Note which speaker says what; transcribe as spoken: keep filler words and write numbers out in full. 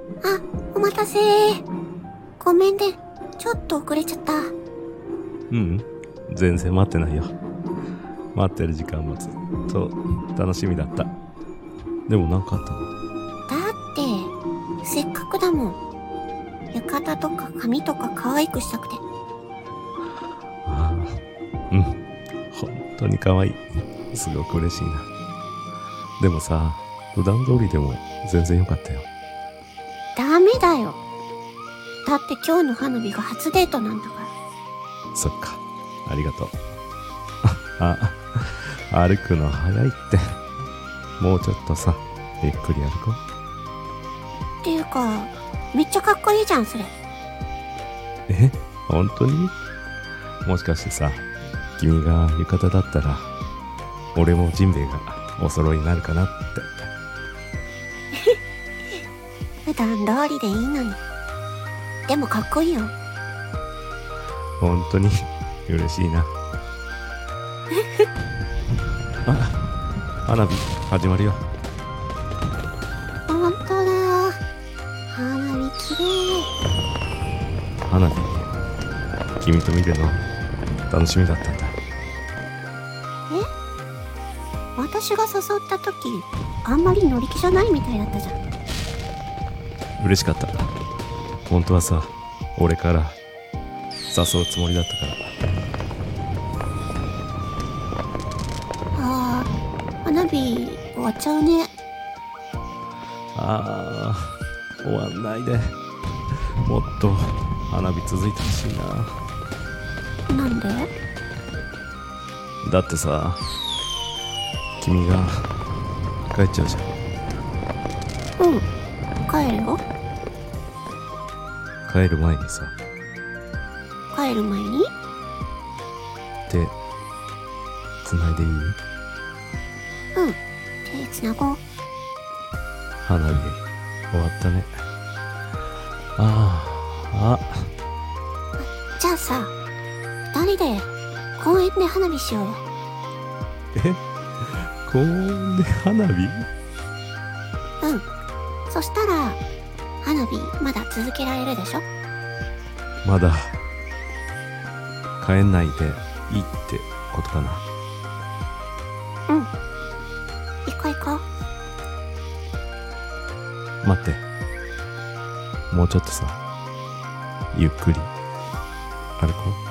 Speaker 1: あ、お待たせ。ごめんね。ちょっと遅れちゃった。
Speaker 2: うん、全然待ってないよ。待ってる時間もずっと楽しみだった。でもなんかあったの？
Speaker 1: だって、せっかくだもん。浴衣とか髪とか可愛くしたくて。
Speaker 2: ああ、うん。本当に可愛い。すごく嬉しいな。でもさ、普段通りでも全然よかったよ。
Speaker 1: ダメだよ。だって今日の花火が初デートなんだから。
Speaker 2: そっか、ありがとう。あ、歩くの早いって。もうちょっとさ、ゆっくり歩こう。
Speaker 1: っていうか、めっちゃかっこいいじゃん、それ。
Speaker 2: え、本当に？もしかしてさ、君が浴衣だったら、俺もジンベエがお揃いになるかなって。
Speaker 1: 普段通りでいいのに。でもかっこいいよ。
Speaker 2: 本当に嬉しいな。あ、花火始まるよ。
Speaker 1: ほんとだ。花火きれい。
Speaker 2: 花火、君と見るの楽しみだったんだ。
Speaker 1: え？私が誘った時、あんまり乗り気じゃないみたいだったじゃん。
Speaker 2: 嬉しかった。本当はさ、俺から誘うつもりだったから。
Speaker 1: あー、花火終わっちゃうね。
Speaker 2: あー、終わんないで。もっと花火続いてほしいな。
Speaker 1: なんで？
Speaker 2: だってさ、君が帰っちゃうじゃん。
Speaker 1: うん、帰るよ。
Speaker 2: 帰る前にさ、
Speaker 1: 帰る前に？
Speaker 2: 手繋いでいい？
Speaker 1: うん、手つなごう。
Speaker 2: 花火終わったね。ああ、あ、
Speaker 1: じゃあさ、二人で公園で花火しようよ。
Speaker 2: え、公園で花火？
Speaker 1: うん。そしたら、花火まだ続けられるでしょ？
Speaker 2: まだ帰んないでいいってことかな。
Speaker 1: うん。行こう行こう。
Speaker 2: 待って、もうちょっとさ、ゆっくり歩こう。